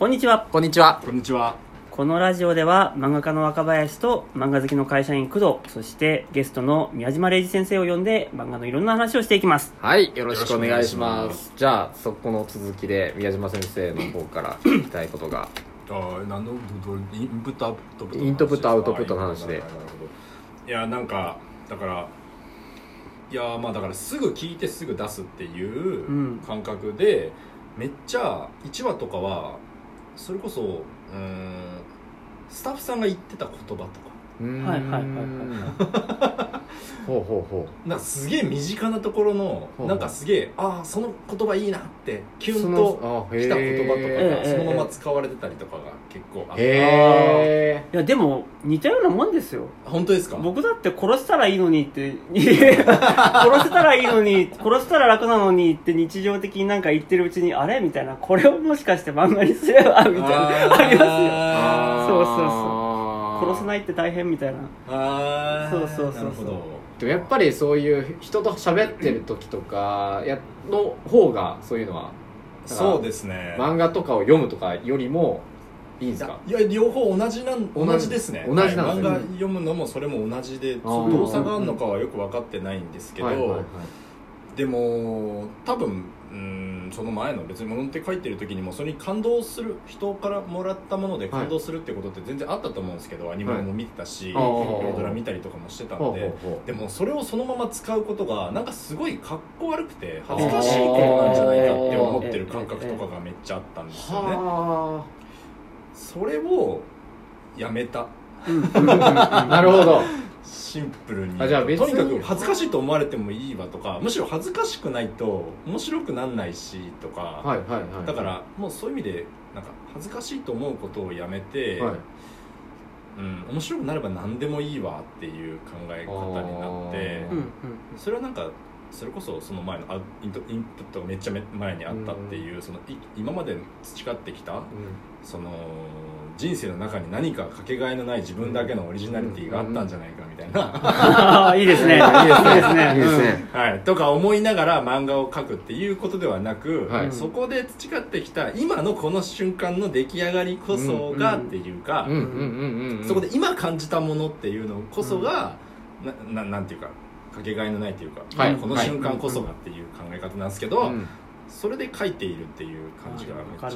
こんにちは。 こんにちは。 こんにちは。 このラジオでは漫画家の若林と漫画好きの会社員工藤、そしてゲストの宮島礼二先生を呼んで漫画のいろんな話をしていきます。 はい、よろしくお願いしよろしくお願いしまます。じゃあそこの続きで宮島先生の方から聞きたいことが何のインプットアウトプットの話ですか？ インプットアウトプットの話で。 なるほど。いやなんかだからまあだからすぐ聞いてすぐ出すっていう感覚で、めっちゃ1話とかはそれこそスタッフさんが言ってた言葉とかはいはいはいはいほうほうほなんかすげえ身近なところのほうなんかすげえその言葉いいなってキュンときた言葉とかがそのまま使われてたりとかが結構あって。 へいやでも似たようなもんですよ。 本当ですか？ 僕だって殺したらいいのにって殺せたらいいのに殺したら楽なのにって日常的になんか言ってるうちにあれみたいな、これをもしかして漫画にすればみたいなありますよ。そうそうそう、殺せないって大変みたいな。そうそうそうそう。 なるほど。 でもやっぱりそういう人と喋ってる時とかの方がそういうのはそうですね。 漫画とかを読むとかよりもいいんですか？ いや両方同じですね。 同じなんですね。 漫画読むのもそれも同じで、どう差があるのかはよく分かってないんですけど、でも多分その前の別に物って書いてる時にもそれに感動する、人からもらったもので感動するってことって全然あったと思うんですけど、アニメも見てたし、ドラ見たりとかもしてたので、でもそれをそのまま使うことがなんかすごいかっこ悪くて恥ずかしいことなんじゃないかって思ってる感覚とかがめっちゃあったんですよね。それをやめた。 なるほど。 シンプルにじゃあ別にとにかく恥ずかしいと思われてもいいわとか、むしろ恥ずかしくないと面白くなんないしとか、だからもうそういう意味でなんか恥ずかしいと思うことをやめて、面白くなれば何でもいいわっていう考え方になって、それはなんかそれこそその前のインプットがめっちゃ前にあったっていう、その今まで培ってきた、その人生の中に何かかけがえのない自分だけのオリジナリティがあったんじゃないかみたいな、 いいですね、いいですね、 いいですね、 はい、とか思いながら漫画を描くっていうことではなく、そこで培ってきた今のこの瞬間の出来上がりこそがっていうか、そこで今感じたものっていうのこそが、なんていうかかけがえのないというか、この瞬間こそがっていう考え方なんですけど、それで描いているっていう感じがめっちゃあって。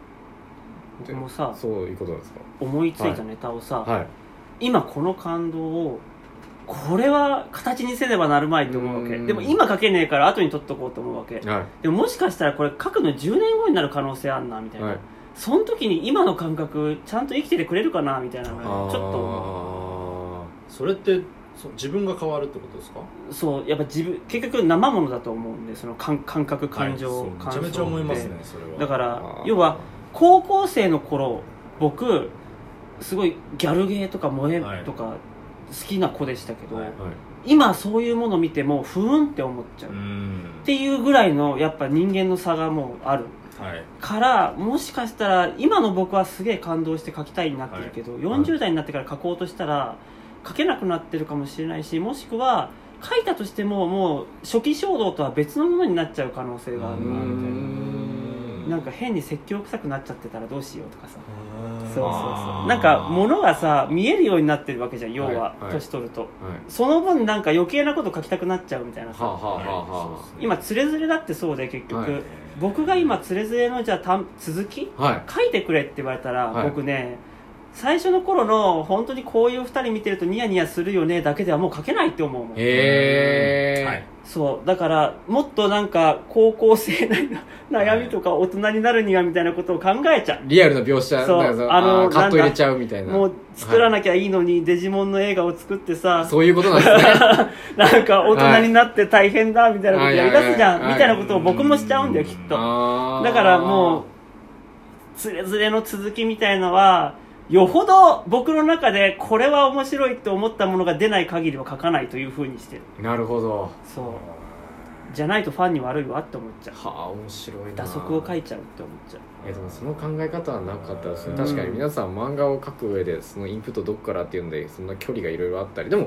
僕もさ、 そういうことなんですか？ 思いついたネタをさ、今この感動をこれは形にせねばなるまいと思うわけ。でも今書けねえから後に取っとこうと思うわけ。でももしかしたらこれ書くの10年後になる可能性あんなみたいな、その時に今の感覚ちゃんと生きててくれるかなみたいなのがちょっと思う。それって自分が変わるってことですか？ そう、やっぱ結局生ものだと思うんで、その感覚感情、 めちゃめちゃ思いますね。それはだから要は高校生の頃、僕すごいギャルゲーとか萌えとか好きな子でしたけど、今そういうもの見てもふーんって思っちゃうっていうぐらいのやっぱ人間の差がもうある、から、もしかしたら今の僕はすげえ感動して描きたいになってるけど、40代になってから描こうとしたら描けなくなってるかもしれないし、もしくは描いたとしてももう初期衝動とは別のものになっちゃう可能性があるなみたいな。なんか変に説教臭くなっちゃってたらどうしようとかさ、そうなんか物がさ見えるようになってるわけじゃん、要は年取ると、その分なんか余計なこと書きたくなっちゃうみたいなさ、今つれづれだってそうで、結局、僕が今つれづれのじゃあ続き、書いてくれって言われたら、僕ね最初の頃の本当にこういう2人見てるとニヤニヤするよねだけではもう書けないって思うもん。そうだからもっとなんか高校生な悩みとか大人になるにはみたいなことを考えちゃう。 リアルな描写、 そうカット入れちゃうみたいな。 もう作らなきゃいいのに、デジモンの映画を作ってさ、 そういうことなんですね。 なんか大人になって大変だみたいなことやりだすじゃんみたいなことを僕もしちゃうんだよきっと。だからもうつれづれの続きみたいのはよほど僕の中でこれは面白いと思ったものが出ない限りは書かないという風にしてる。 なるほど。 そうじゃないとファンに悪いわって思っちゃう。 面白いな。 打足を書いちゃうって思っちゃう。 でもその考え方はなかったですね。確かに皆さん漫画を描く上でそのインプットどこからっていうんでそんな距離がいろいろあったり、でも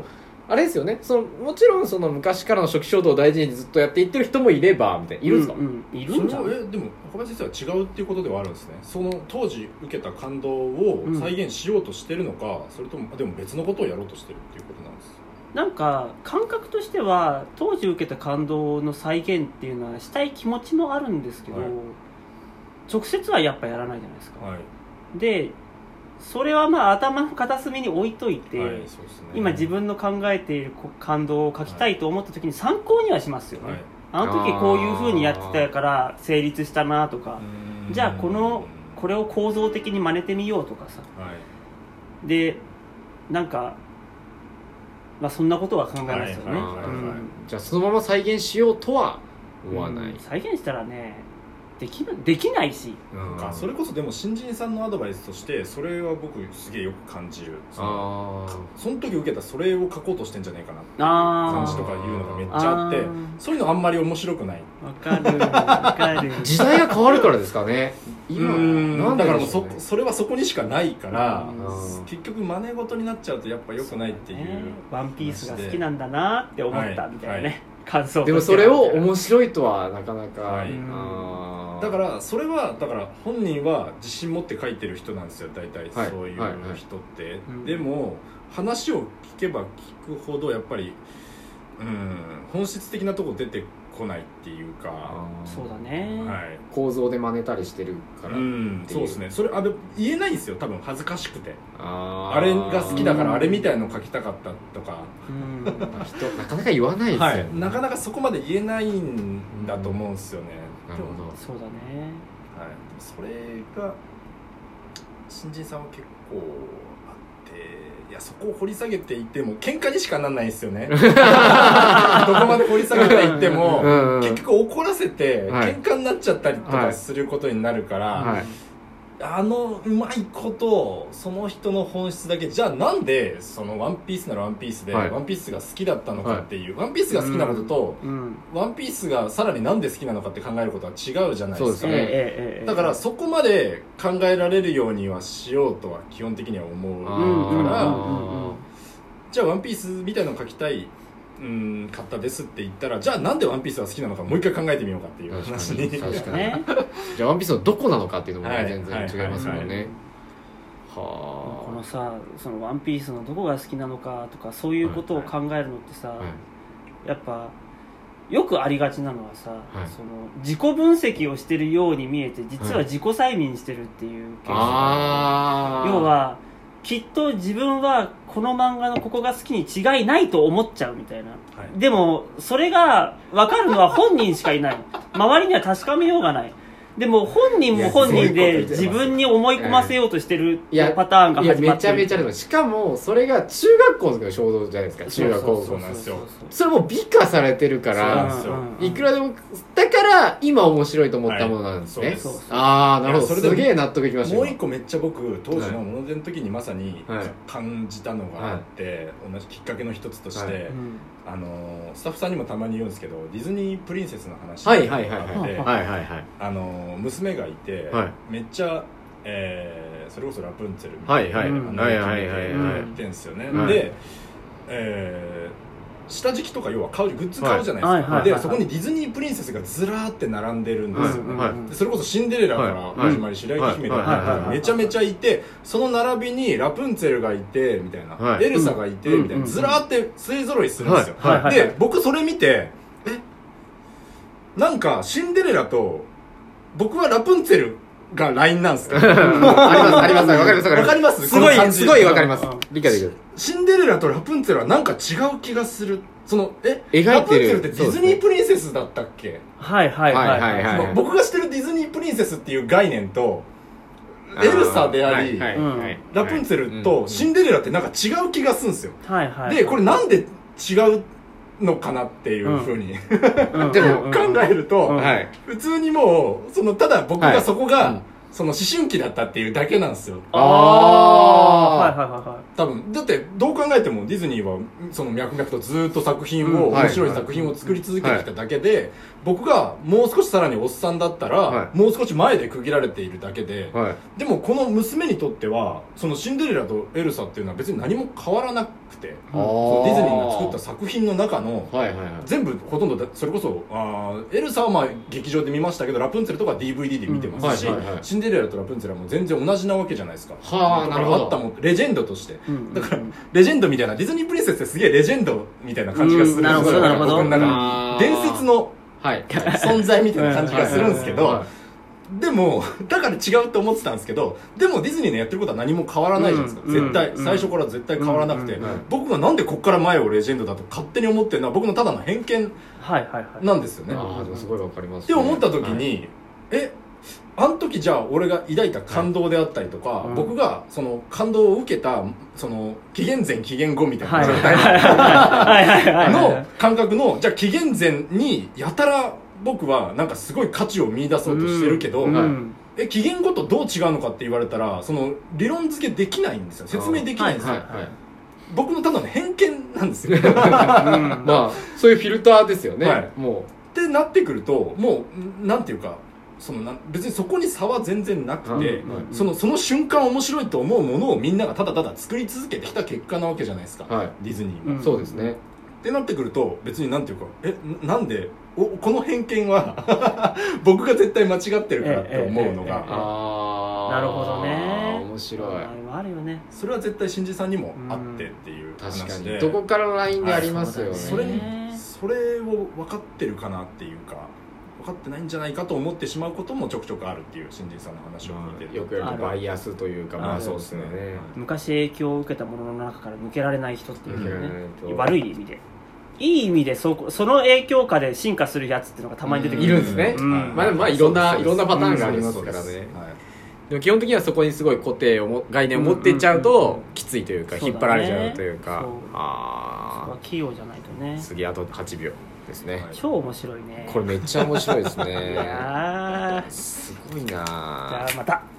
あれですよね、もちろんその昔からの初期衝動を大事にずっとやっていってる人もいればみたいな、いるんですか？ いるんじゃん。 でも岡林先生は違うっていうことではあるんですね。その当時受けた感動を再現しようとしてるのか、それともでも別のことをやろうとしてるっていうことなんです。 なんか感覚としては当時受けた感動の再現っていうのはしたい気持ちもあるんですけど、直接はやっぱやらないじゃないですか。でそれはまあ頭の片隅に置いといて、今自分の考えている感動を書きたいと思った時に参考にはしますよね。あの時こういう風にやってたから成立したなとか、じゃあこれを構造的に真似てみようとかさ、でなんかまあそんなことは考えますよね。 じゃあそのまま再現しようとは思わない。 再現したらねできないし、 それこそでも新人さんのアドバイスとしてそれは僕すげえよく感じる。その時受けたそれを書こうとしてんじゃないかなっていう感じとかいうのがめっちゃあって、そういうのあんまり面白くない。 わかる時代が変わるからですかね。 今だからもうそれはそこにしかないから、結局真似事になっちゃうとやっぱ良くないっていう。 ワンピースが好きなんだなって思ったみたいなね、感想。 でもそれを面白いとはなかなか。 だからそれは本人は自信持って書いてる人なんですよ、大体そういう人って、でも話を聞けば聞くほどやっぱり本質的なとこ出てこないっていうか。 そうだね、 構造で真似たりしてるからそうですね。それ言えないんですよ多分、恥ずかしくて。あれが好きだからあれみたいの書きたかったとか人なかなか言わないですよね。 なかなかそこまで言えないんだと思うんですよね。 なるほど。 そうだね。 それが新人さんは結構あって、いやそこを掘り下げていっても喧嘩にしかなんないですよね。どこまで掘り下げていっても結局怒らせて喧嘩になっちゃったりとかすることになるから、うまいことその人の本質だけ、じゃあなんでそのワンピースならワンピースで、ワンピースが好きだったのかっていう、ワンピースが好きなことと、ワンピースがさらになんで好きなのかって考えることは違うじゃないですか。だからそこまで考えられるようにはしようとは基本的には思うから、じゃあワンピースみたいなの書きたい買ったですって言ったら、じゃあなんでワンピースが好きなのかもう一回考えてみようかっていう話に。 確かにじゃあワンピースのどこなのかっていうのも全然違いますもんね。 このさ、そのワンピースのどこが好きなのかとかそういうことを考えるのってさ、やっぱよくありがちなのはさ、その自己分析をしてるように見えて実は自己催眠してるっていうケース。要はきっと自分はこの漫画のここが好きに違いないと思っちゃうみたいな、でもそれが分かるのは本人しかいない。周りには確かめようがない。でも本人も本人で自分に思い込ませようとしてるパターンが始まってる。 めちゃめちゃでもしかもそれが中学校の時の衝動じゃないですか。中学高校なんですよ。それも美化されてるからいくらでも、だから今面白いと思ったものなんですね。ああなるほど。すげえ納得いきました。 もう一個めっちゃ僕当時のモノデの時にまさに感じたのがあって、同じきっかけの一つとしてスタッフさんにもたまに言うんですけど、ディズニープリンセスの話があって娘がいて、めっちゃ、それこそラプンツェルみたいなやってんすよね。で、下敷きとか要はグッズ買うじゃないですか。でそこにディズニープリンセスがずらーって並んでるんですよね。それこそシンデレラから始まり白雪姫がめちゃめちゃいて、その並びにラプンツェルがいてみたいな、エルサがいてみたいな、ずらーって勢ぞろいするんですよ。で僕それ見て、なんかシンデレラと僕はラプンツェルがラインなんですか？ ありますわかります。すごいわかります。理解できる。 シンデレラとラプンツェルはなんか違う気がする。ラプンツェルってディズニープリンセスだったっけ？僕が知ってるディズニープリンセスっていう概念とエルサでありラプンツェルとシンデレラってなんか違う気がするんですよ。でこれなんで違うのかなっていうふうにでも考えると普通にもうただ僕がそこがその思春期だったっていうだけなんですよ。多分だってどう考えてもディズニーはその脈々とずっと作品を面白い作品を作り続けてきただけで、 僕がもう少しさらにおっさんだったら、もう少し前で区切られているだけで、でもこの娘にとってはそのシンデレラとエルサっていうのは別に何も変わらなくて、そのディズニーが作った作品の中の全部ほとんどそれこそエルサはまあ劇場で見ましたけど、ラプンツェルとか DVD で見てますし、シンデレラとラプンツェルはもう全然同じなわけじゃないですか。 はあ、なるほど。 あったもんレジェンドとして、だからレジェンドみたいな、ディズニープリンセスってすげえレジェンドみたいな感じがするんですよ、僕の中に伝説の存在みたいな感じがするんですけど、でもだから違うと思ってたんですけど、でもディズニーのやってることは何も変わらないじゃないですか、絶対、最初から絶対変わらなくて、僕がなんでこっから前をレジェンドだと勝手に思ってるのは僕のただの偏見なんですよね。 すごいわかります。 って思った時に、あの時じゃあ俺が抱いた感動であったりとか、僕がその感動を受けたその紀元前紀元後みたいな状態の感覚の、じゃあ紀元前にやたら僕はなんかすごい価値を見出そうとしてるけど、紀元後とどう違うのかって言われたらその理論付けできないんですよ、説明できないんですよ。僕のただの偏見なんですよまあそういうフィルターですよね、もうってなってくると、もうなんていうか、別にそこに差は全然なくて、その瞬間面白いと思うものをみんながただただ作り続けてきた結果なわけじゃないですか、ディズニーが。 そうですね。 ってなってくると別になんていうか、なんでこの偏見は僕が絶対間違ってるからって思うのが、 なるほどね、 面白い。 あるよね。 それは絶対新次さんにもあってっていう話で、 確かにどこからのラインでありますよね。 それを分かってるかなっていうか、分かってないんじゃないかと思ってしまうこともちょくちょくあるっていう新人さんの話を聞いてる、 よくやるバイアスというか、まあそうですね。 昔影響を受けたものの中から抜けられない人っていうね、悪い意味で、いい意味でその影響下で進化するやつっていうのがたまに出てくる、 いるんですね。まあいろんなパターンがありますからね。でも基本的にはそこにすごい固定概念を持っていっちゃうときついというか、引っ張られちゃうというか、 そこは器用じゃないとね。 次あと8秒ですね。 超面白いね。 これめっちゃ面白いですね。 いやすごいな。じゃあまた。